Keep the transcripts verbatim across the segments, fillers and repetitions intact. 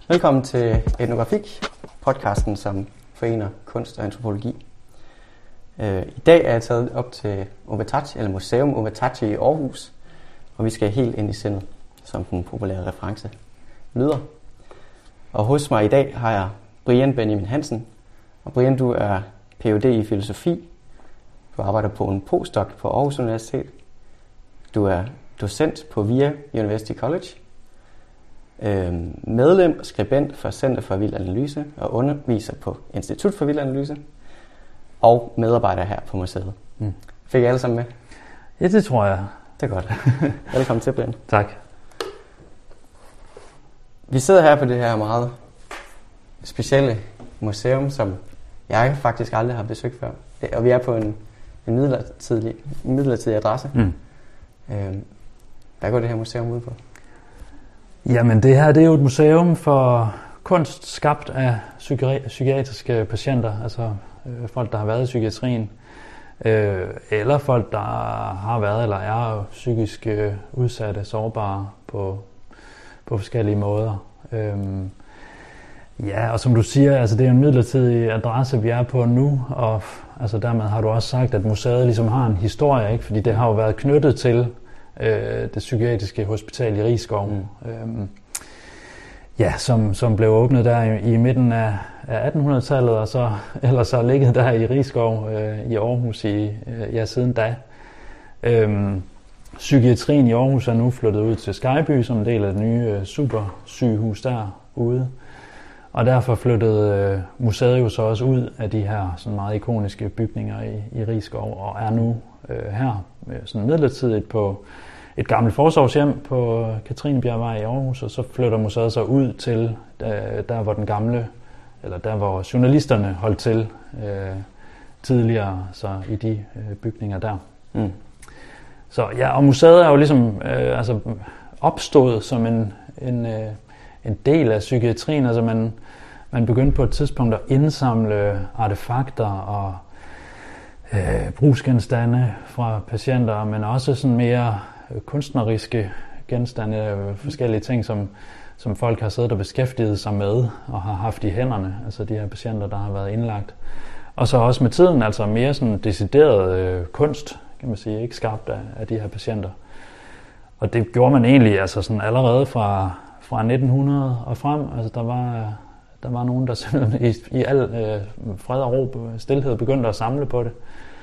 Velkommen til Etnografik, podcasten, som forener kunst og antropologi. I dag er jeg taget op til Ovatachy, eller Museum Ovatachy i Aarhus, og vi skal helt ind i sindet, som den populære reference lyder. Og hos mig i dag har jeg Brian Benjamin Hansen. Og Brian, du er P H D i filosofi. Du arbejder på en postdoc på Aarhus Universitet. Du er docent på V I A University College. Medlem og skribent for Center for Vild Analyse og underviser på Institut for Vild Analyse. Og medarbejder her på museet. Mm. Fik I alle sammen med? Ja, det tror jeg. Det er godt. Velkommen til, Brian. Tak. Vi sidder her på det her meget specielle museum, som jeg faktisk aldrig har besøgt før. Og vi er på en, en midlertidig, midlertidig adresse. Mm. Øhm, hvad går det her museum ud på? Jamen det her det er jo et museum for kunst skabt af psyki- psykiatriske patienter, altså øh, folk, der har været i psykiatrien, øh, eller folk, der har været eller er psykisk øh, udsatte, sårbare på, på forskellige måder. Øhm, ja, og som du siger, altså det er en midlertidig adresse, vi er på nu, og altså dermed har du også sagt, at museet ligesom har en historie, ikke? Fordi det har jo været knyttet til øh, det psykiatriske hospital i Risskov, mm. øhm, ja, som, som blev åbnet der i, i midten af, af attenhundredetallet, og så ellers har ligget der i Risskov øh, i Aarhus i, øh, ja, siden da. Øhm, Psykiatrien i Aarhus er nu flyttet ud til Skyby som en del af det nye øh, supersygehus derude. Og derfor flyttede øh, museet jo så også ud af de her sådan meget ikoniske bygninger i, i Risskov, og er nu øh, her øh, sådan midlertidigt på et gammelt forsorgshjem på Katrinebjergvej i Aarhus, og så flytter museet så ud til øh, der, hvor den gamle, eller der, hvor journalisterne holdt til øh, tidligere, så i de øh, bygninger der. Mm. Så ja, og museet er jo ligesom øh, altså opstået som en, en, øh, en del af psykiatrien. Altså man, man begyndte på et tidspunkt at indsamle artefakter og øh, brugsgenstande fra patienter, men også sådan mere kunstneriske genstande, forskellige ting, som, som folk har siddet og beskæftiget sig med og har haft i hænderne, altså de her patienter, der har været indlagt. Og så også med tiden, altså mere sådan decideret øh, kunst, kan man sige, ikke skabt af, af de her patienter. Og det gjorde man egentlig altså sådan allerede fra, fra nitten hundrede og frem. Altså der var, der var nogen, der simpelthen i, i al øh, fred og ro, stilhed begyndte at samle på det.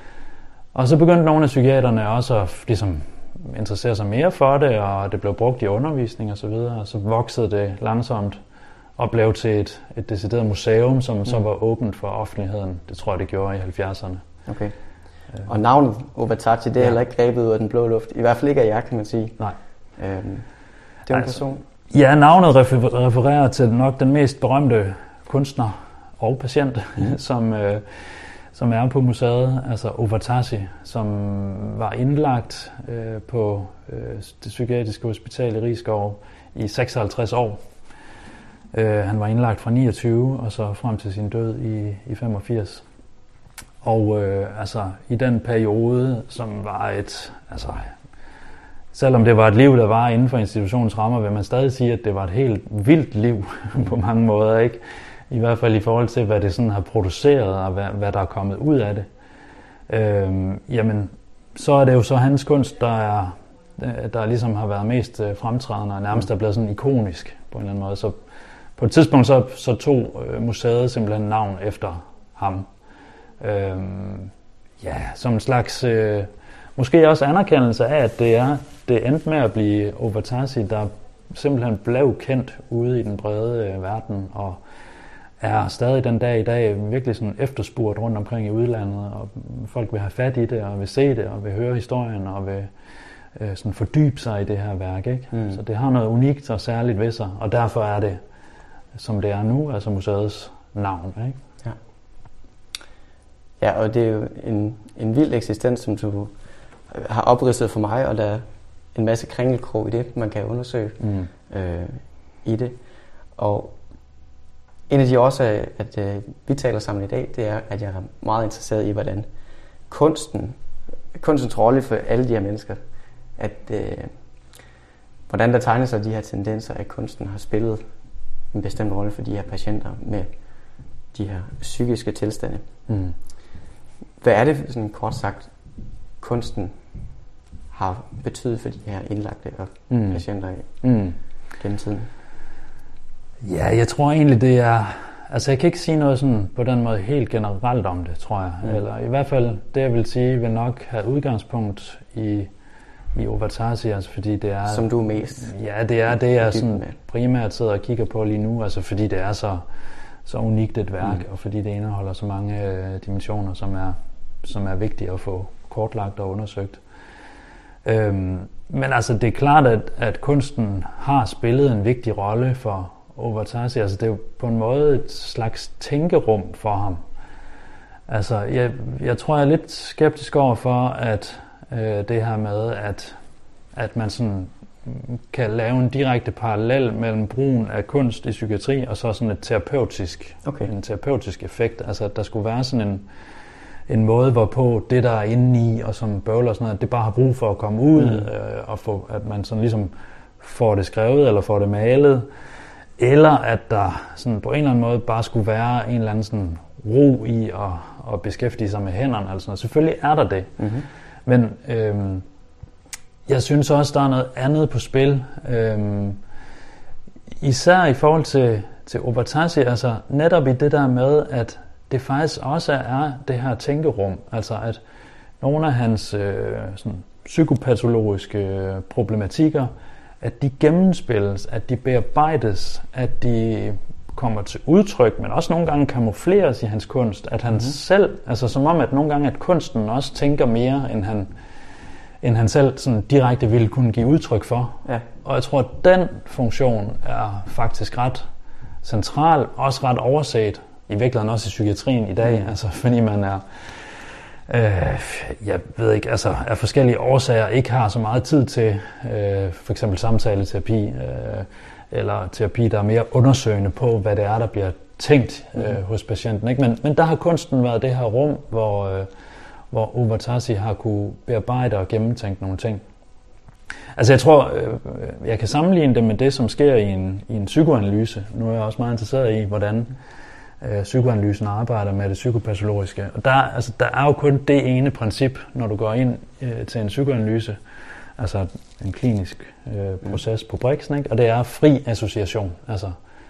Og så begyndte nogle af psykiaterne også at ligesom interessere sig mere for det, og det blev brugt i undervisning og så videre. Og så voksede det langsomt og blev til et, et decideret museum, som mm. så var åbent for offentligheden. Det tror jeg, det gjorde i halvfjerdserne. Okay. Og navnet Ovatachy, det er ja. heller ikke grebet ud af den blå luft. I hvert fald ikke af jer, kan man sige. Nej. Øhm, det er en altså, person. Ja, navnet refer- refererer til nok den mest berømte kunstner og patient, mm. som, øh, som er på museet, altså Ovatachy, som var indlagt øh, på øh, det psykiatriske hospital i Risskov i seksoghalvtreds år. Øh, han var indlagt fra niogtyve og så frem til sin død i, i femogfirs. Og øh, altså i den periode, som var et, altså selvom det var et liv, der var inden for institutionens rammer, vil man stadig sige, at det var et helt vildt liv på mange måder, ikke? I hvert fald i forhold til, hvad det sådan har produceret, og hvad, hvad der er kommet ud af det. Øhm, jamen, så er det jo så hans kunst, der er, der ligesom har været mest fremtrædende, og nærmest er blevet sådan ikonisk på en eller anden måde. Så på et tidspunkt så, så tog museet simpelthen navn efter ham. Øhm, ja, som en slags øh, måske også anerkendelse af, at det er det endte med at blive Ovatachy, der simpelthen blev kendt ude i den brede øh, verden, og er stadig den dag i dag virkelig sådan efterspurgt rundt omkring i udlandet, og folk vil have fat i det, og vil se det, og vil høre historien, og vil øh, sådan fordybe sig i det her værk, ikke? Mm. Så det har noget unikt og særligt ved sig, og derfor er det, som det er nu, altså museets navn, ikke? Ja. Ja, og det er jo en, en vild eksistens, som du har opridset for mig, og der er en masse kringelkrog i det, man kan undersøge mm. øh, i det. Og en af de årsager, at øh, vi taler sammen i dag, det er, at jeg er meget interesseret i, hvordan kunsten, kunstens rolle for alle de her mennesker, at øh, hvordan der tegner sig de her tendenser, at kunsten har spillet en bestemt rolle for de her patienter med de her psykiske tilstande. Mm. Hvad er det, sådan kort sagt, kunsten har betydet for de her indlagte og mm. patienter mm. gennem tiden? Ja, jeg tror egentlig, det er... Altså, jeg kan ikke sige noget sådan på den måde helt generelt om det, tror jeg. Mm. Eller i hvert fald, det jeg vil sige, vil nok have udgangspunkt i, i Ovatasi, altså fordi det er... Som du er mest... Ja, det er det, jeg sådan primært sidder og kigger på lige nu, altså fordi det er så, så unikt et værk, mm. og fordi det indeholder så mange øh, dimensioner, som er, som er vigtige at få kortlagt og undersøgt. Øhm, men altså, det er klart, at, at kunsten har spillet en vigtig rolle for Ovatasi. Altså, det er jo på en måde et slags tænkerum for ham. Altså, jeg, jeg tror, jeg er lidt skeptisk over for, at øh, det her med, at, at man sådan kan lave en direkte parallel mellem brugen af kunst i psykiatri og så sådan et terapeutisk, okay. en terapeutisk effekt. Altså, at der skulle være sådan en en måde, hvorpå det, der er inde i, og som bøvler og sådan noget, det bare har brug for at komme ud, mm. øh, og få, at man sådan ligesom får det skrevet, eller får det malet, eller at der sådan på en eller anden måde bare skulle være en eller anden sådan ro i at, at beskæftige sig med hænderne. Altså, selvfølgelig er der det. Mm-hmm. Men øhm, jeg synes også, der er noget andet på spil. Øhm, især i forhold til, til Ovatasi, altså netop i det der med, at det faktisk også er det her tænkerum, altså at nogle af hans øh, sådan, psykopatologiske problematikker, at de gennemspilles, at de bearbejdes, at de kommer til udtryk, men også nogle gange kamufleres i hans kunst, at han mm-hmm. selv, altså som om at nogle gange at kunsten også tænker mere, end han, end han selv sådan direkte ville kunne give udtryk for. Ja. Og jeg tror, at den funktion er faktisk ret central, også ret overset, i virkeligheden også i psykiatrien i dag, mm. altså fordi man er, øh, jeg ved ikke, altså af forskellige årsager ikke har så meget tid til øh, for eksempel samtaleterapi, øh, eller terapi, der er mere undersøgende på, hvad det er, der bliver tænkt øh, mm. hos patienten. Ikke? Men, men der har kunsten været det her rum, hvor, øh, hvor Ovatasi har kunne bearbejde og gennemtænke nogle ting. Altså jeg tror, øh, jeg kan sammenligne det med det, som sker i en, i en psykoanalyse. Nu er jeg også meget interesseret i, hvordan øh, psykoanalysen arbejder med det psykopatologiske. Og der, altså, der er jo kun det ene princip, når du går ind øh, til en psykoanalyse, altså en klinisk øh, proces på Brixen, ikke? Og det er fri association. Altså,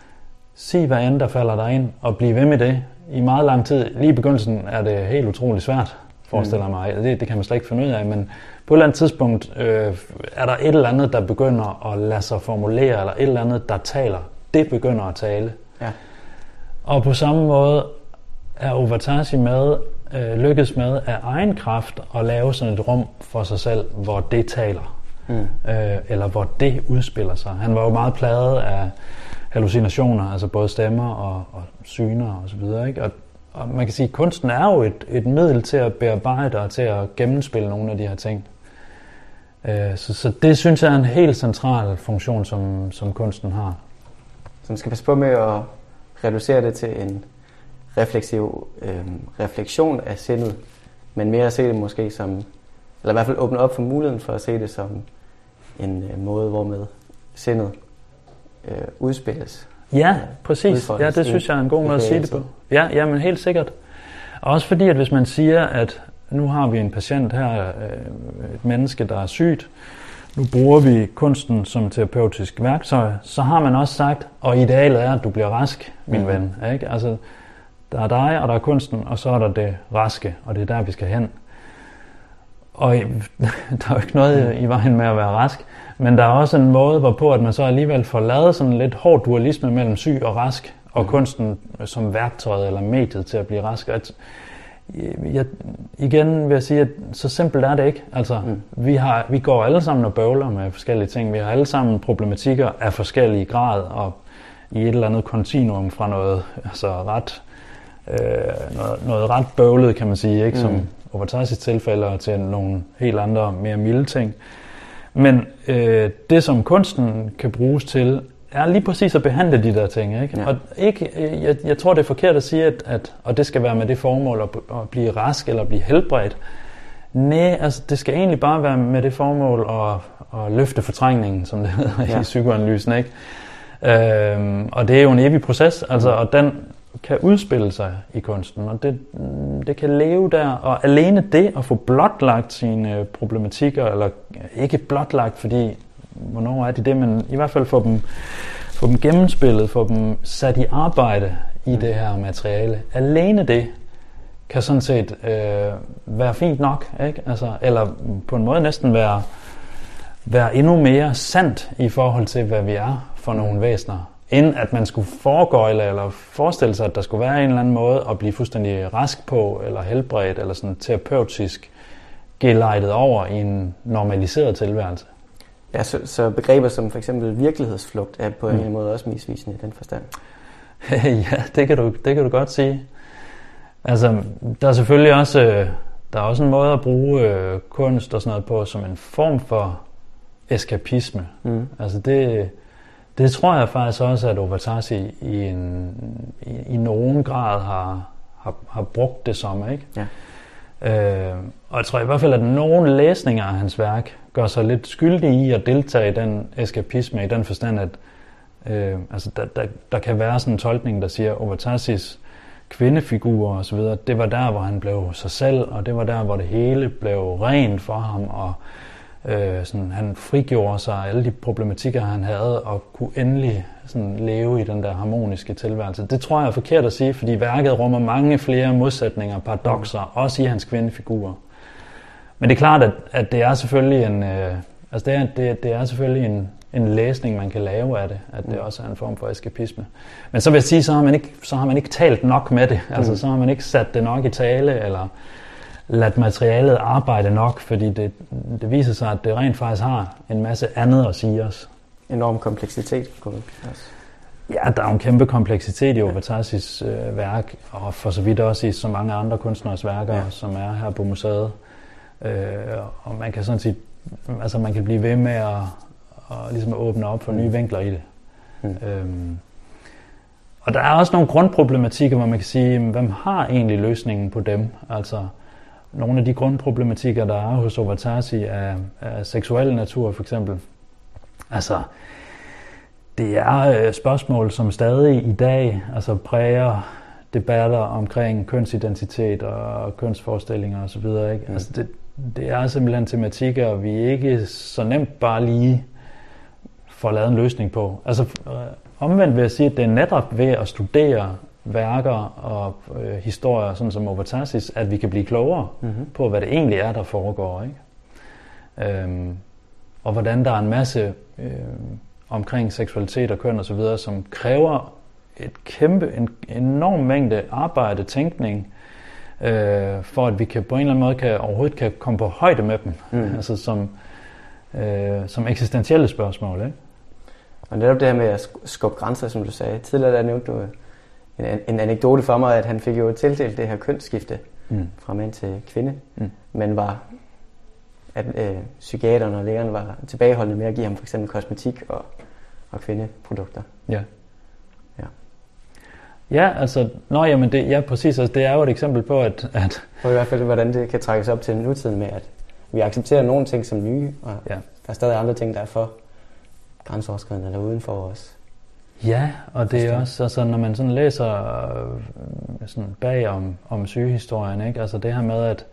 sig hvad end der falder dig ind, og bliv ved med det i meget lang tid. Lige i begyndelsen er det helt utroligt svært, forestiller mig. Det, det kan man slet ikke finde ud af, men på et eller andet tidspunkt øh, er der et eller andet, der begynder at lade sig formulere, eller et eller andet, der taler. Det begynder at tale. Ja. Og på samme måde er Ovatasi med, øh, lykkes med af egen kraft at lave sådan et rum for sig selv, hvor det taler. Mm. Øh, eller hvor det udspiller sig. Han var jo meget plaget af hallucinationer, altså både stemmer og, og syner og så videre, ikke? Og, og man kan sige, at kunsten er jo et, et middel til at bearbejde og til at gennemspille nogle af de her ting. Øh, så, så det synes jeg er en helt central funktion, som, som kunsten har. Så man skal passe på med at reducere det til en refleksiv øh, refleksion af sindet, men mere at se det måske som, eller i hvert fald åbne op for muligheden for at se det som en øh, måde, hvormed sindet øh, udspilles. Ja, præcis. Ja, det synes jeg er en god måde at sige det på. Ja, ja, men helt sikkert. Også fordi, at hvis man siger, at nu har vi en patient her, et menneske, der er sygt, nu bruger vi kunsten som terapeutisk værktøj, så har man også sagt, og idealet er, at du bliver rask, min mm. ven. Ikke? Altså, der er dig, og der er kunsten, og så er der det raske, og det er der, vi skal hen. Og der er jo ikke noget i vejen med at være rask, men der er også en måde, hvorpå at man så alligevel får lavet sådan lidt hård dualisme mellem syg og rask, og mm. kunsten som værktøjet eller mediet til at blive rask. At, jeg, igen vil jeg sige, at så simpelt er det ikke. Altså, mm. vi, har, vi går alle sammen og bøvler med forskellige ting. Vi har alle sammen problematikker af forskellige grad, og i et eller andet kontinuum fra noget, altså ret, øh, noget, noget ret bøvlet, kan man sige, ikke? Som mm. Ovatasis tilfælde, til nogle helt andre, mere milde ting. Men øh, det, som kunsten kan bruges til, er lige præcis at behandle de der ting. Ikke? Ja. Og ikke, jeg, jeg tror, det er forkert at sige, at, at og det skal være med det formål at, at blive rask eller blive helbredt. Nej, altså det skal egentlig bare være med det formål at, at løfte fortrængningen, som det hedder ja. i psykoanalysen. Ikke? Øhm, og det er jo en evig proces, altså, og den kan udspille sig i kunsten, og det, det kan leve der, og alene det at få blotlagt sine problematikker, eller ikke blotlagt, fordi hvornår er de det, men i hvert fald få dem, få dem gennemspillet, få dem sat i arbejde i det her materiale. Alene det kan sådan set øh, være fint nok, ikke? Altså, eller på en måde næsten være, være endnu mere sandt i forhold til, hvad vi er for nogle væsener, end at man skulle foregøjle eller forestille sig, at der skulle være en eller anden måde at blive fuldstændig rask på, eller helbredt, eller sådan terapeutisk gelejtet over i en normaliseret tilværelse. Ja, så, så begreber som for eksempel virkelighedsflugt er på en mm. måde også misvisende i den forstand. Ja, det kan, du, det kan du godt sige. Altså, der er selvfølgelig også, der er også en måde at bruge øh, kunst og sådan noget på som en form for eskapisme. Mm. Altså det, det tror jeg faktisk også, at Ovatasi i, en, i, i nogen grad har, har, har brugt det som, ikke? Ja. Øh, og jeg tror i hvert fald, at nogle læsninger af hans værk gør sig lidt skyldige i at deltage i den eskapisme, i den forstand, at øh, altså der, der, der kan være sådan en tolkning, der siger, Ovatasis kvindefigurer og så videre, det var der, hvor han blev sig selv, og det var der, hvor det hele blev rent for ham, og øh, sådan, han frigjorde sig af alle de problematikker, han havde, og kunne endelig sådan, leve i den der harmoniske tilværelse. Det tror jeg er forkert at sige, fordi værket rummer mange flere modsætninger, paradokser, mm. også i hans kvindefigurer. Men det er klart, at, at det er selvfølgelig en, øh, altså det er, det, det er selvfølgelig en, en læsning, man kan lave af det, at det også er en form for eskapisme. Men så vil jeg sige, så har man ikke, så har man ikke talt nok med det, altså mm. så har man ikke sat det nok i tale, eller ladt materialet arbejde nok, fordi det, det viser sig, at det rent faktisk har en masse andet at sige os. Enorm kompleksitet. Ja, der er en kæmpe kompleksitet i Ovatasis øh, værk, og for så vidt også i så mange andre kunstners værker, ja. Som er her på museet. Øh, og man kan sådan set, altså man kan blive ved med at, at ligesom at åbne op for nye vinkler i det. Mm. Øhm, og der er også nogle grundproblematikker, hvor man kan sige, hvem har egentlig løsningen på dem? Altså nogle af de grundproblematikker, der er hos Ovatasi af, af seksuel natur for eksempel. Altså, det er øh, spørgsmål, som stadig i dag altså præger debatter omkring kønsidentitet og kønsforestillinger osv. Mm. Altså det, det er simpelthen tematikker, vi ikke så nemt bare lige får lavet en løsning på. Altså øh, omvendt vil jeg sige, at det er netop ved at studere værker og øh, historier, sådan som Ovatasis, at vi kan blive klogere mm-hmm. på, hvad det egentlig er, der foregår, ikke? Øhm, og hvordan der er en masse øh, omkring seksualitet og køn og så videre, som kræver et kæmpe, en enorm mængde arbejde, tænkning, øh, for at vi kan på en eller anden måde kan, overhovedet kan komme på højde med dem, mm. altså som, øh, som eksistentielle spørgsmål, ikke? Og netop det her med at skubbe grænser, som du sagde. Tidligere der nævnte du en, en anekdote for mig, at han fik jo tildelt det her kønsskifte mm. fra mand til kvinde, mm. men var, at øh, psykiaterne og lægerne var tilbageholdende med at give ham for eksempel kosmetik og, og kvindeprodukter. Ja. Ja, ja altså, nå, jamen det, ja, præcis, altså, det er jo et eksempel på, at, at... For i hvert fald, hvordan det kan trækkes op til nutiden med, at vi accepterer nogle ting som nye, og ja. Der er stadig andre ting, der er for grænseoverskridende eller uden for os. Ja, og det er også, altså, når man sådan læser øh, sådan bag om, om sygehistorien, ikke? Altså det her med, at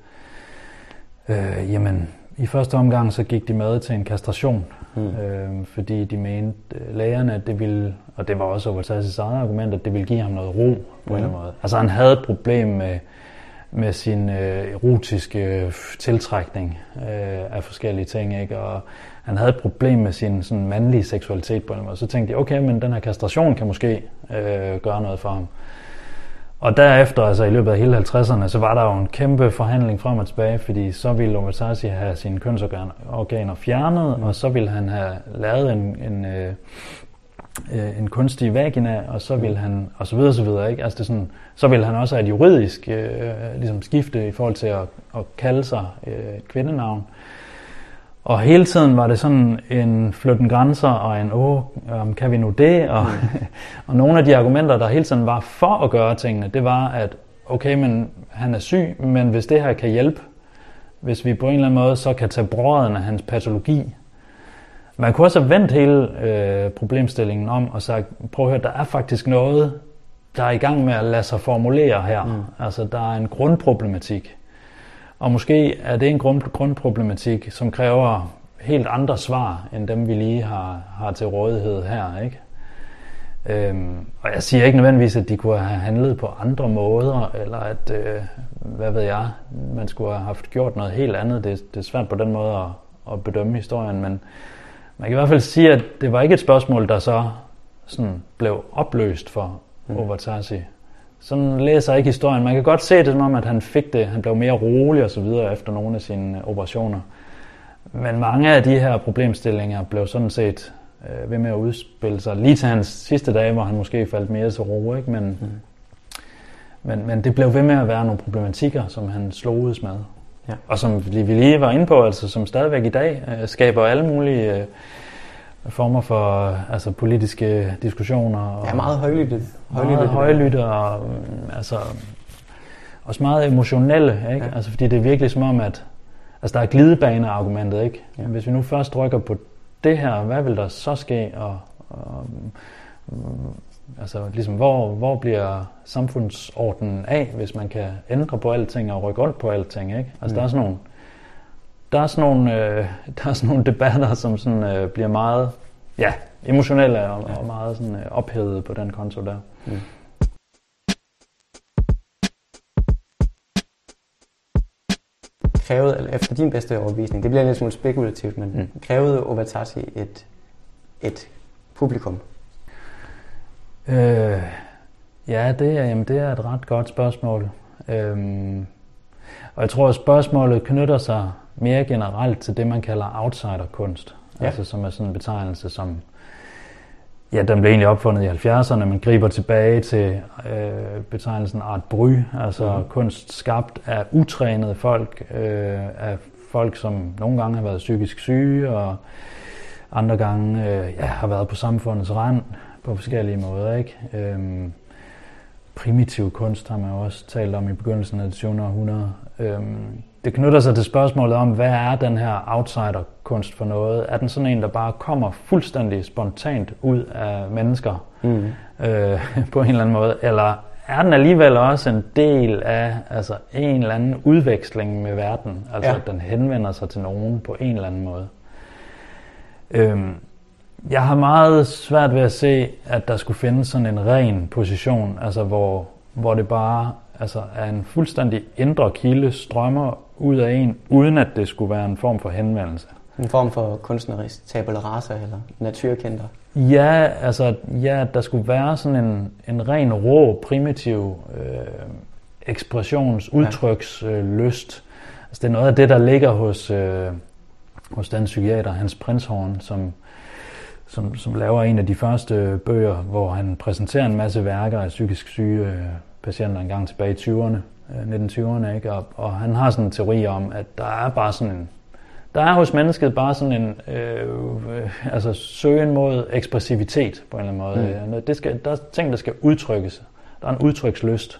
øh, jamen, i første omgang så gik de med til en kastration, mm. øh, fordi de mente, øh, lægerne, at det ville, og det var også Ovatasis eget argument, at det ville give ham noget ro på mm. en eller anden måde. Altså han havde et problem med, med sin øh, erotiske øh, tiltrækning øh, af forskellige ting, ikke? Og han havde et problem med sin sådan mandlige seksualitet på en måde. Så tænkte jeg, okay, men den her kastration kan måske øh, gøre noget for ham. Og derefter, altså i løbet af hele halvtredserne, så var der jo en kæmpe forhandling frem og tilbage, fordi så ville Ovatasi have sine kønsorganer fjernet, mm. og så ville han have lavet en, en, øh, en kunstig vagina, og så ville han, og så videre, så videre, ikke? Altså det sådan, så ville han også have et juridisk øh, ligesom skifte i forhold til at, at kalde sig øh, et kvindenavn. Og hele tiden var det sådan en flytten grænser og en, åh, kan vi nu det? Og, mm. og nogle af de argumenter, der hele tiden var for at gøre tingene, det var, at okay, men han er syg, men hvis det her kan hjælpe, hvis vi på en eller anden måde så kan tage brodden af hans patologi, Man kunne også have vendt hele øh, problemstillingen om og sagt, prøv at høre, der er faktisk noget, der er i gang med at lade sig formulere her. Mm. Altså, der er en grundproblematik. Og måske er det en grund, grundproblematik, som kræver helt andre svar, end dem vi lige har, har til rådighed her, ikke? Øhm, og jeg siger ikke nødvendigvis, at de kunne have handlet på andre måder, eller at, øh, hvad ved jeg, man skulle have haft gjort noget helt andet. Det, det er svært på den måde at, at bedømme historien, men man kan i hvert fald sige, at det var ikke et spørgsmål, der så sådan blev opløst for mm. Ouattara. Sådan læser jeg ikke historien. Man kan godt se det som om, at han fik det. Han blev mere rolig og så videre efter nogle af sine operationer. Men mange af de her problemstillinger blev sådan set øh, ved med at udspille sig. Lige til hans sidste dage, hvor han måske faldt mere til ro, ikke? Men, mm. men, men det blev ved med at være nogle problematikker, som han sloges med. Ja. Og som vi lige var inde på, altså som stadigvæk i dag øh, skaber alle mulige øh, former for altså politiske diskussioner. Og ja, meget højlytte. Meget højlytte og altså også meget emotionelle, ikke? Ja. Altså fordi det er virkelig som om, at altså der er glidebaneargumentet, ikke? Ja. Hvis vi nu først rykker på det her, hvad vil der så ske? Og, og altså ligesom hvor, hvor bliver samfundsordenen af, hvis man kan ændre på alting og rykke rundt på alting, ikke? Altså mm. der er sådan nogle der er sådan nogle øh, der er sådan nogle debatter, som sådan øh, bliver meget ja, emotionelle og, ja. og meget sådan øh, ophedede på den konto der. Mm. Krævede, efter din bedste overbevisning, det bliver lidt smule spekulativt, men mm. krævede Ouattara et, et publikum? Øh, ja, det er, jamen, det er et ret godt spørgsmål. Øhm, og jeg tror, at spørgsmålet knytter sig mere generelt til det, man kalder outsiderkunst. Ja. Altså som er sådan en betegnelse, som ja, den blev egentlig opfundet i halvfjerdserne, men griber tilbage til øh, betegnelsen art brut, altså mm. kunst skabt af utrænede folk, øh, af folk, som nogle gange har været psykisk syge, og andre gange øh, ja, har været på samfundets rand på forskellige måder, ikke? Øhm, primitiv kunst har man også talt om i begyndelsen af det tyvende århundrede. Øhm, det knytter sig til spørgsmålet om, hvad er den her outsiderkunst for noget? Er den sådan en, der bare kommer fuldstændig spontant ud af mennesker mm. øh, på en eller anden måde? Eller er den alligevel også en del af altså, en eller anden udveksling med verden? Altså ja. At den henvender sig til nogen på en eller anden måde? Øhm, jeg har meget svært ved at se, at der skulle findes sådan en ren position, altså hvor, hvor det bare altså, er en fuldstændig indre kilde, strømmer ud af en, uden at det skulle være en form for henvendelse. En form for kunstnerisk tabula rasa eller naturkender? Ja, altså ja, der skulle være sådan en, en ren rå, primitiv øh, ekspressions, udtrykslyst. Øh, altså det er noget af det, der ligger hos, øh, hos den psykiater, Hans Prinzhorn, som Som, som laver en af de første bøger, hvor han præsenterer en masse værker af psykisk syge øh, patienter en gang tilbage i tyverne, øh, nitten tyverne, ikke? Og, og han har sådan en teori om, at der er bare sådan en, der er hos mennesket bare sådan en, øh, øh, altså søgen mod ekspressivitet på en eller anden måde. Mm. Det skal, der er ting, der skal udtrykkes. Der er en udtrykslyst.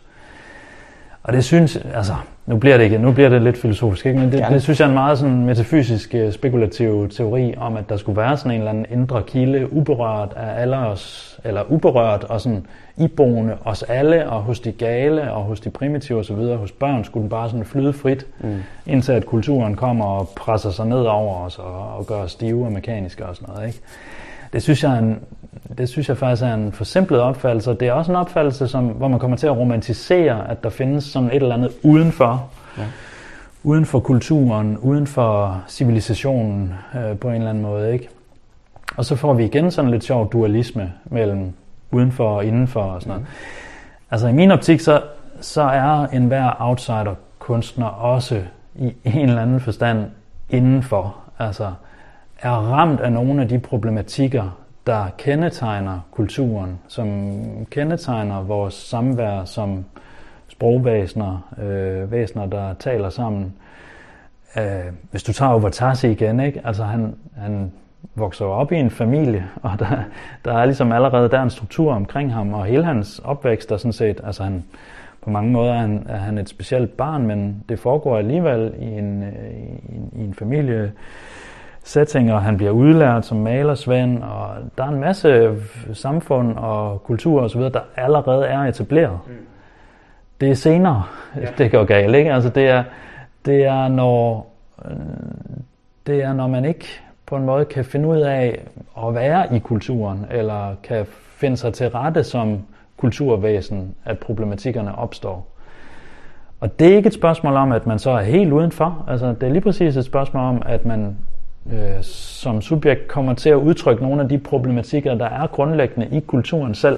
Og det synes, altså, nu bliver det ikke, nu bliver det lidt filosofisk, ikke? Men det, det synes jeg er en meget sådan metafysisk, spekulativ teori om, at der skulle være sådan en eller anden indre kilde, uberørt af alle os, eller uberørt og sådan iboende os alle, og hos de gale, og hos de primitive osv., hos børn skulle den bare sådan flyde frit, mm. indtil at kulturen kommer og presser sig ned over os, og, og gør os stive og mekaniske og sådan noget, ikke? Det synes jeg er en, det synes jeg faktisk er en forsimplet opfattelse, og det er også en opfattelse, som, hvor man kommer til at romantisere, at der findes sådan et eller andet udenfor, ja. uden for kulturen, uden for civilisationen øh, på en eller anden måde, ikke? Og så får vi igen sådan lidt sjov dualisme mellem udenfor og indenfor og sådan noget. Mm. Altså i min optik, så, så er enhver outsider-kunstner også i en eller anden forstand indenfor, altså er ramt af nogle af de problematikker, der kendetegner kulturen, som kendetegner vores samvær som sprogvæsener, øh, væsener, der taler sammen. Øh, hvis du tager Ouattara igen, ikke? Altså han, han vokser op i en familie, og der, der er ligesom allerede der en struktur omkring ham, og hele hans opvækst er sådan set, altså han, på mange måder er han, er han et specielt barn, men det foregår alligevel i en, i en, i en familie, settinger. Han bliver udlært som malersvend, og der er en masse samfund og kultur osv., der allerede er etableret. Mm. Det er senere, ja. Det går galt, ikke? Altså det er, det er når det er når man ikke på en måde kan finde ud af at være i kulturen, eller kan finde sig til rette som kulturvæsen, at problematikkerne opstår. Og det er ikke et spørgsmål om, at man så er helt udenfor. Altså, det er lige præcis et spørgsmål om, at man øh, som subjekt kommer til at udtrykke nogle af de problematikker, der er grundlæggende i kulturen selv.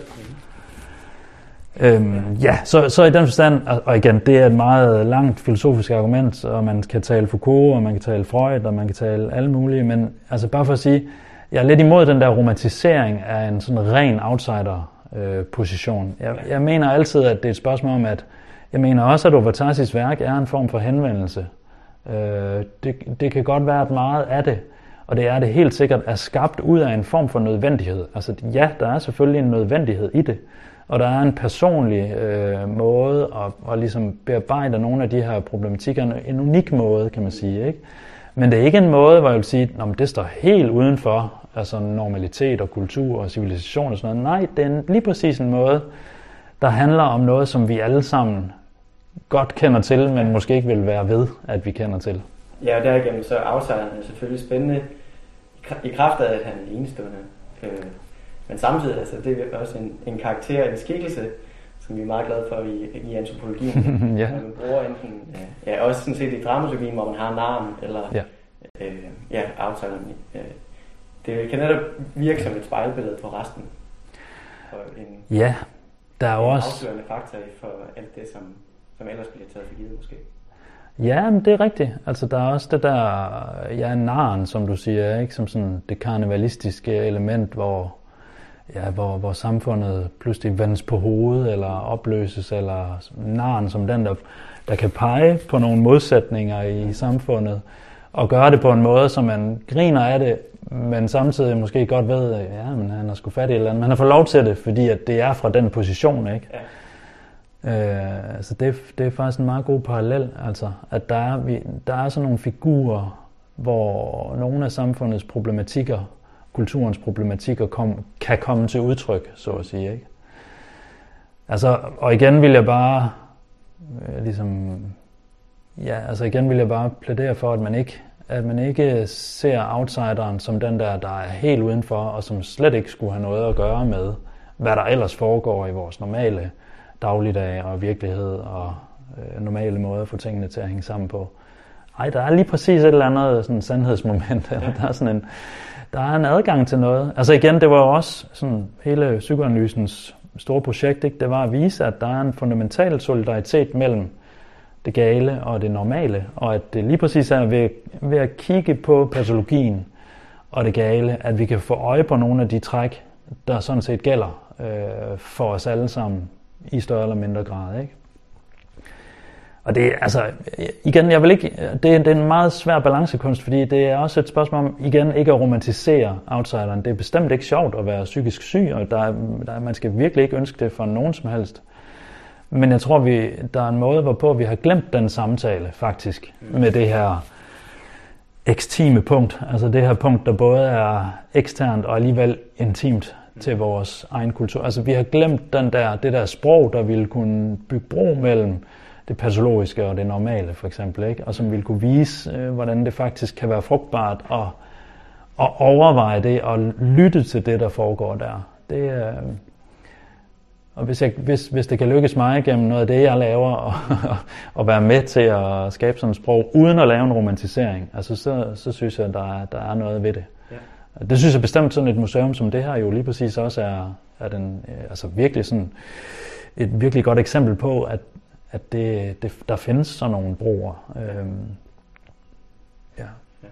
Øhm, ja, så, så i den forstand, og igen, det er et meget langt filosofisk argument, og man kan tale Foucault, og man kan tale Freud, og man kan tale alle mulige, men altså bare for at sige, jeg er lidt imod den der romantisering af en sådan ren outsider-position. Jeg, jeg mener altid, at det er et spørgsmål om, at jeg mener også, at Ovatacis værk er en form for henvendelse. Øh, det, det kan godt være, at meget af det, og det er det helt sikkert, er skabt ud af en form for nødvendighed. Altså ja, der er selvfølgelig en nødvendighed i det, og der er en personlig øh, måde at, at ligesom bearbejde nogle af de her problematikker, en unik måde, kan man sige, ikke? Men det er ikke en måde, hvor jeg vil sige, at det står helt udenfor, altså normalitet og kultur og civilisation og sådan noget. Nej, det er en, lige præcis en måde, der handler om noget, som vi alle sammen godt kender til, men måske ikke vil være ved, at vi kender til. Ja, og derigennem så er outsideren selvfølgelig spændende i kraft af, at han er enestående. Men samtidig, altså, det er også en, en karakter, en skikkelse, som vi er meget glade for i, i antropologien. Ja. Man bruger enten, ja, også sådan set i dramaturgien, hvor man har naren, eller ja, øh, ja outsideren. Øh, det kan netop virke som et spejlbillede på resten. Og en, ja, der er en også afslørende faktor for alt det, som, som ellers bliver taget for givet måske. Ja, men det er rigtigt. Altså, der er også det der, ja, naren, som du siger, ikke? Som sådan det karnevalistiske element, hvor, ja, hvor, hvor samfundet pludselig vendes på hovedet, eller opløses, eller naren som den, der, der kan pege på nogle modsætninger i samfundet, og gøre det på en måde, så man griner af det, men samtidig måske godt ved, at ja, men han har sgu fat i et eller andet. Man har fået lov til det, fordi at det er fra den position, ikke? Ja. Øh, altså det, det er faktisk en meget god parallel, altså at der er, vi, der er sådan nogle figurer, hvor nogle af samfundets problematikker, kulturens problematikker kom, kan komme til udtryk, så at sige, ikke? Altså, og igen vil jeg bare øh, ligesom ja, altså igen vil jeg bare plædere for, at man ikke at man ikke ser outsideren som den der, der er helt udenfor, og som slet ikke skulle have noget at gøre med, hvad der ellers foregår i vores normale dagligdag og virkelighed og øh, normale måder at få tingene til at hænge sammen på. Ej, der er lige præcis et eller andet sådan sandhedsmoment, eller der er sådan en, der er en adgang til noget. Altså igen, det var jo også sådan hele psykoanalysens store projekt, ikke? Det var at vise, at der er en fundamental solidaritet mellem det gale og det normale, og at det lige præcis er ved, ved at kigge på patologien og det gale, at vi kan få øje på nogle af de træk, der sådan set gælder øh, for os alle sammen i større eller mindre grad, ikke? Og det er altså, igen, jeg vil ikke, det er, det er en meget svær balancekunst, fordi det er også et spørgsmål om, igen, ikke at romantisere outsideren. Det er bestemt ikke sjovt at være psykisk syg, og der er, der, man skal virkelig ikke ønske det for nogen som helst. Men jeg tror, vi, der er en måde, hvorpå vi har glemt den samtale, faktisk, med det her ekstime punkt. Altså det her punkt, der både er eksternt og alligevel intimt til vores egen kultur. Altså vi har glemt den der, det der sprog, der ville kunne bygge bro mellem det patologiske og det normale, for eksempel, ikke? Og som ville kunne vise, øh, hvordan det faktisk kan være frugtbart at, at overveje det og lytte til det, der foregår der. Det, øh, og hvis, jeg, hvis, hvis det kan lykkes mig gennem noget af det, jeg laver, og, og være med til at skabe sådan et sprog, uden at lave en romantisering, altså så, så synes jeg, at der er, der er noget ved det. Ja. Det synes jeg bestemt sådan et museum som det her jo lige præcis også er, er den, altså virkelig sådan et virkelig godt eksempel på, at at det, det, der findes sådan nogle broer. Øhm, ja. ja.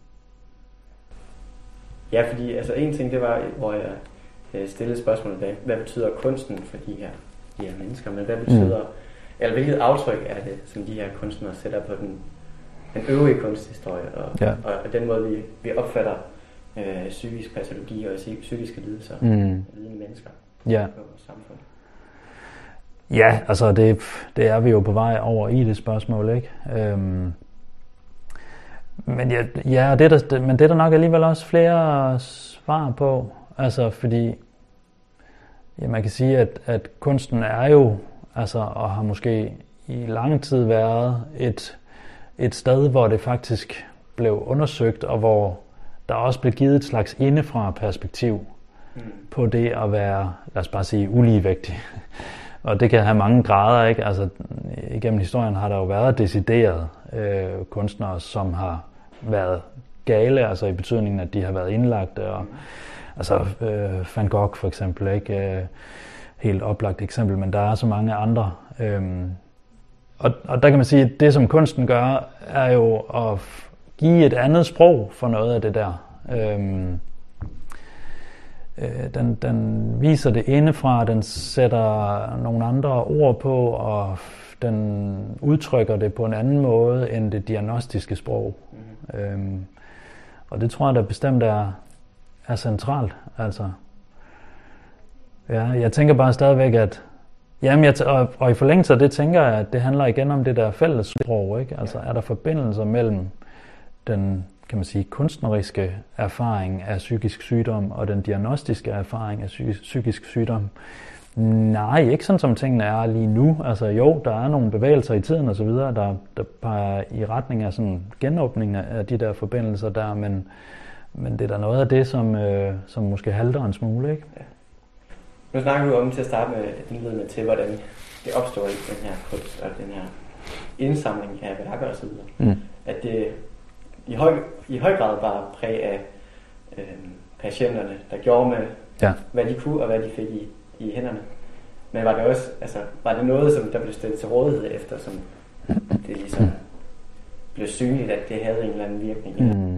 Ja, fordi altså en ting, det var, hvor jeg stillede spørgsmålet, hvad, hvad betyder kunsten for de her, de her mennesker, men hvad betyder, mm. eller hvilket aftryk er det, som de her kunstnere sætter på den, den øvrige kunsthistorie, og, ja. og, og den måde, vi, vi opfatter øh, psykisk patologi og psykiske lidelser, mm. lidende mennesker ja. i vores samfund. Ja, altså det, det er vi jo på vej over i det spørgsmål, ikke? Øhm, Men ja, ja det er der, men det er der nok alligevel også flere svar på. Altså fordi, ja, man kan sige, at, at kunsten er jo, altså, og har måske i lang tid været et, et sted, hvor det faktisk blev undersøgt, og hvor der også blev givet et slags indefra perspektiv mm. på det at være, lad os bare sige, uligevægtig. Og det kan have mange grader, ikke? Altså, igennem historien har der jo været decideret øh, kunstnere, som har været gale, altså i betydningen, at de har været indlagte. Og, altså øh, Van Gogh for eksempel, ikke? Øh, helt oplagt eksempel, men der er så mange andre. Øhm, og, og der kan man sige, at det som kunsten gør, er jo at give et andet sprog for noget af det der. Øhm, øh, den, den viser det indefra, den sætter nogle andre ord på, og den udtrykker det på en anden måde end det diagnostiske sprog. Mm. Øhm, og det tror jeg da bestemt er, er centralt. Altså, ja, jeg tænker bare stadigvæk, at jamen, jeg t- og, og i forlængelse af det tænker jeg, at det handler igen om det der fælles sprog, ikke? Altså, er der forbindelser mellem den, kan man sige, kunstneriske erfaring af psykisk sygdom og den diagnostiske erfaring af psy- psykisk sygdom? Nej, ikke sådan som tingene er lige nu. Altså jo, der er nogle bevægelser i tiden og så videre, der, der peger i retning af sådan genåbning af de der forbindelser der, men, men det er da noget af det, som, øh, som måske halter en smule, ikke? Ja. Nu snakker du om til at starte med indledende til, hvordan det opstår i den her kunst og den her indsamling af værker og så videre. Mm. At det i høj, i høj grad bare præg af øh, patienterne, der gjorde med, ja. hvad de kunne og hvad de fik i, i hænderne. Men var det også, altså, var det noget, som der blev stillet til rådighed efter, som det ligesom blev synligt, at det havde en eller anden virkning? Mm.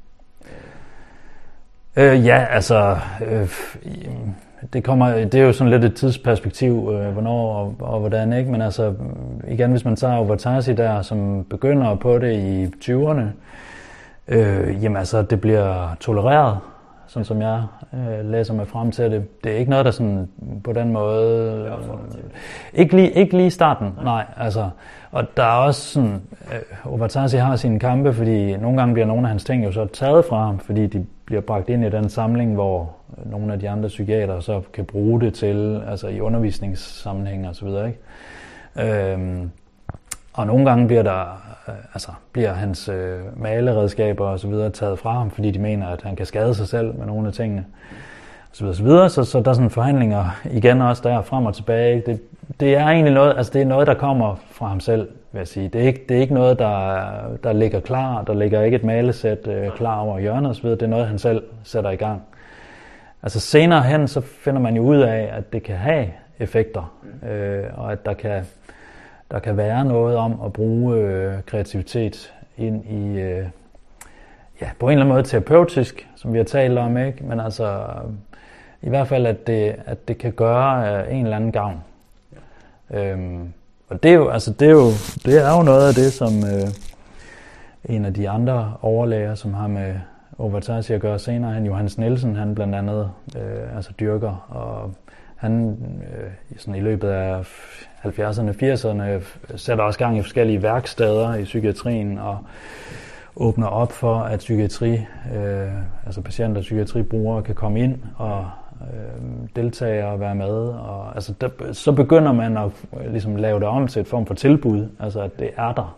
Øh, ja, altså, øh, det, kommer, det er jo sådan lidt et tidsperspektiv, øh, hvornår og, og hvordan, ikke? Men altså, igen, hvis man tager Overtasi der, som begynder på det i tyverne, øh, jamen altså, det bliver tolereret, sådan som jeg øh, læser mig frem til det. Det er ikke noget, der sådan på den måde... Øh, ikke, lige, ikke lige i starten, nej. nej altså, og der er også sådan... Øh, Overtasi har sine kampe, fordi nogle gange bliver nogle af hans ting jo så taget fra ham, fordi de bliver bragt ind i den samling, hvor nogle af de andre psykiatere så kan bruge det til, altså i undervisningssammenhæng og så videre, ikke? Øhm, og nogle gange bliver der, øh, altså bliver hans øh, maleredskaber og så videre taget fra ham, fordi de mener, at han kan skade sig selv med nogle af tingene, og så videre, så videre. Så, så der er sådan forhandlinger igen også der frem og tilbage. Det, det er egentlig noget, altså det er noget, der kommer fra ham selv, vil jeg sige. Det er ikke, det er ikke noget, der, der ligger klar. Der ligger ikke et malesæt øh, klar over hjørnet og så videre. Det er noget, han selv sætter i gang. Altså senere hen, så finder man jo ud af, at det kan have effekter, øh, og at der kan, der kan være noget om at bruge øh, kreativitet ind i, øh, ja, på en eller anden måde terapeutisk, som vi har talt om, ikke? Men altså, i hvert fald, at det, at det kan gøre øh, en eller anden gavn. Øhm, og det er jo, altså det er jo, det er jo noget af det, som øh, en af de andre overlæger, som har med Overtasi at gøre senere, han Johannes Nielsen, han blandt andet øh, altså dyrker, og han øh, sådan i løbet af halvfjerdserne, firserne sætter også gang i forskellige værksteder i psykiatrien og åbner op for, at psykiatri, øh, altså patienter og psykiatribrugere kan komme ind og øh, deltage og være med. Og, altså, der, så begynder man at ligesom, lave det om til et form for tilbud, altså at det er der.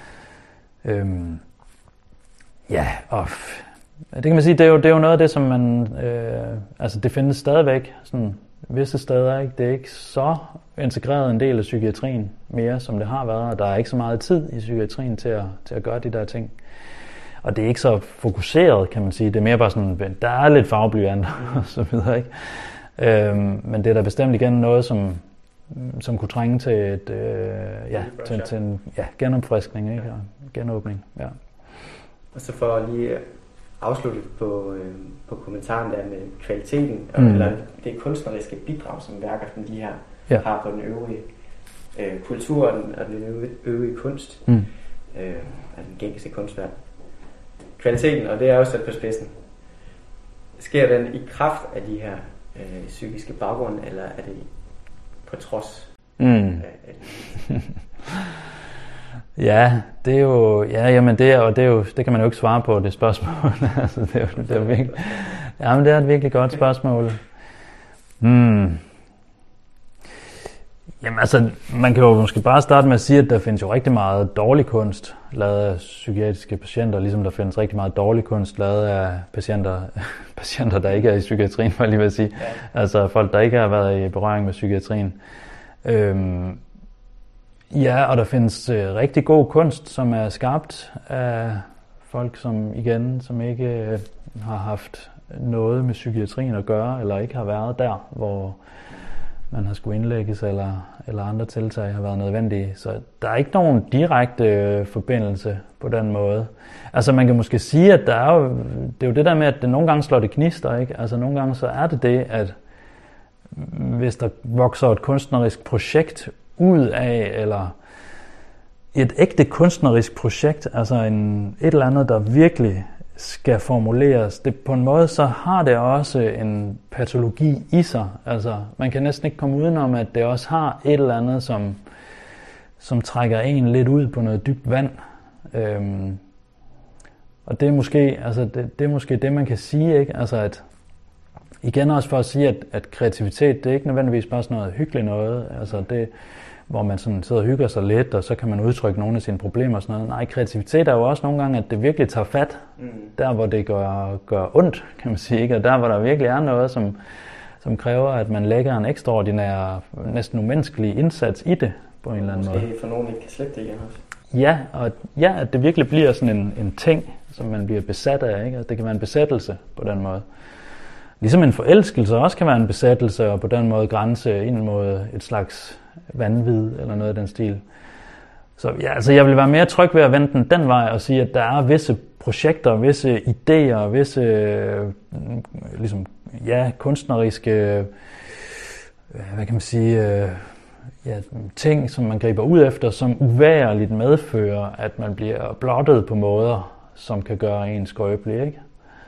Øhm, ja, og det kan man sige, det er jo, det er jo noget af det, som man, øh, altså det findes stadigvæk sådan visse steder, ikke? Det er ikke så integreret en del af psykiatrien mere, som det har været, og der er ikke så meget tid i psykiatrien til at, til at gøre de der ting. Og det er ikke så fokuseret, kan man sige. Det er mere bare sådan, der er lidt farveblyanter og så videre, ikke? Øhm, men det er da bestemt igen noget, som, som kunne trænge til, et, øh, ja, til, til en ja, genopfriskning, ikke? Og genåbning, ja. Og så for at lige afslutte på, øh, på kommentaren der med kvaliteten, mm. eller det kunstneriske bidrag, som værker som de her ja. har på den øvrige øh, kultur og den, og den øvrige, øvrige kunst, mm. øh, af den gængse kunstverden. Kvaliteten, og det er også sat på spidsen. Sker den i kraft af de her øh, psykiske baggrunde, eller er det på trods mm. af, af Ja, det er jo, ja, jamen det, er, og det, er jo, det kan man jo ikke svare på, det spørgsmål. altså, det er jo, det er jo virkelig, jamen det er et virkelig godt spørgsmål. Hmm. Jamen altså, man kan jo måske bare starte med at sige, at der findes jo rigtig meget dårlig kunst lavet af psykiatriske patienter, ligesom der findes rigtig meget dårlig kunst lavet af patienter, patienter der ikke er i psykiatrien, for lige at sige. Ja. Altså folk, der ikke har været i berøring med psykiatrien. Øhm, ja, og der findes øh, rigtig god kunst, som er skabt af folk, som igen, som ikke øh, har haft noget med psykiatrien at gøre, eller ikke har været der, hvor man har skulle indlægges, eller, eller andre tiltag har været nødvendige. Så der er ikke nogen direkte øh, forbindelse på den måde. Altså man kan måske sige, at der er jo, det er jo det der med, at det nogle gange slår det gnister, ikke? Altså nogle gange så er det det, at hvis der vokser et kunstnerisk projekt ud af, eller et ægte kunstnerisk projekt, altså en, et eller andet, der virkelig skal formuleres, det på en måde, så har det også en patologi i sig. Altså, man kan næsten ikke komme udenom, at det også har et eller andet, som, som trækker en lidt ud på noget dybt vand. Øhm, og det er måske, altså det, det er måske det, man kan sige, ikke? Altså at igen også for at sige, at, at kreativitet, det er ikke nødvendigvis bare sådan noget hyggeligt noget. Altså det, hvor man sådan sidder og hygger sig lidt, og så kan man udtrykke nogle af sine problemer og sådan noget. Nej, kreativitet er jo også nogle gange, at det virkelig tager fat, mm. der hvor det gør, gør ondt, kan man sige, ikke? Og der hvor der virkelig er noget, som, som kræver, at man lægger en ekstraordinær, næsten umenneskelig indsats i det, på en eller anden måde. Måske for nogen ikke kan slippe det igen også. Ja, og ja, at det virkelig bliver sådan en, en ting, som man bliver besat af, ikke? At det kan være en besættelse på den måde. Ligesom en forelskelse også kan være en besættelse, og på den måde grænse ind mod et slags vanvid eller noget af den stil. Så ja, altså jeg vil være mere tryg ved at vende den den vej og sige, at der er visse projekter, visse idéer, visse øh, ligesom, ja, kunstneriske, hvad kan man sige, øh, ja, ting, som man griber ud efter, som uværligt medfører, at man bliver blottet på måder, som kan gøre en skrøbelig, ikke?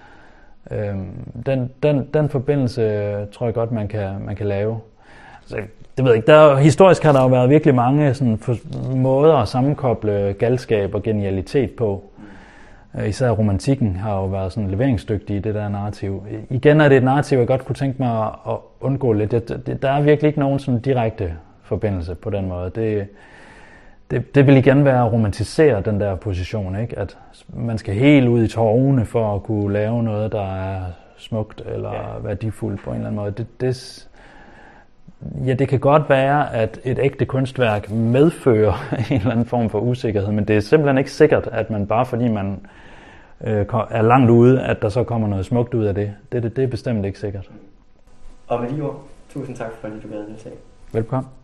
Øhm, den, den, den forbindelse tror jeg godt, man kan, man kan lave. Altså, det ved jeg ikke. Der, historisk har der jo været virkelig mange sådan, måder at sammenkoble galskab og genialitet på. Især romantikken har jo været sådan leveringsdygtig i det der narrativ. Igen er det et narrativ, jeg godt kunne tænke mig at undgå lidt. Der er virkelig ikke nogen sådan direkte forbindelse på den måde. Det, det, det vil igen være at romantisere den der position, ikke? At man skal helt ud i tårne for at kunne lave noget, der er smukt eller ja. værdifuldt på en eller anden måde. Det, det, ja, det kan godt være, at et ægte kunstværk medfører en eller anden form for usikkerhed, men det er simpelthen ikke sikkert, at man bare fordi man øh, er langt ude, at der så kommer noget smukt ud af det. Det, det, det er bestemt ikke sikkert. Og med de ord, tusind tak for, at du gad deltage. Velkommen.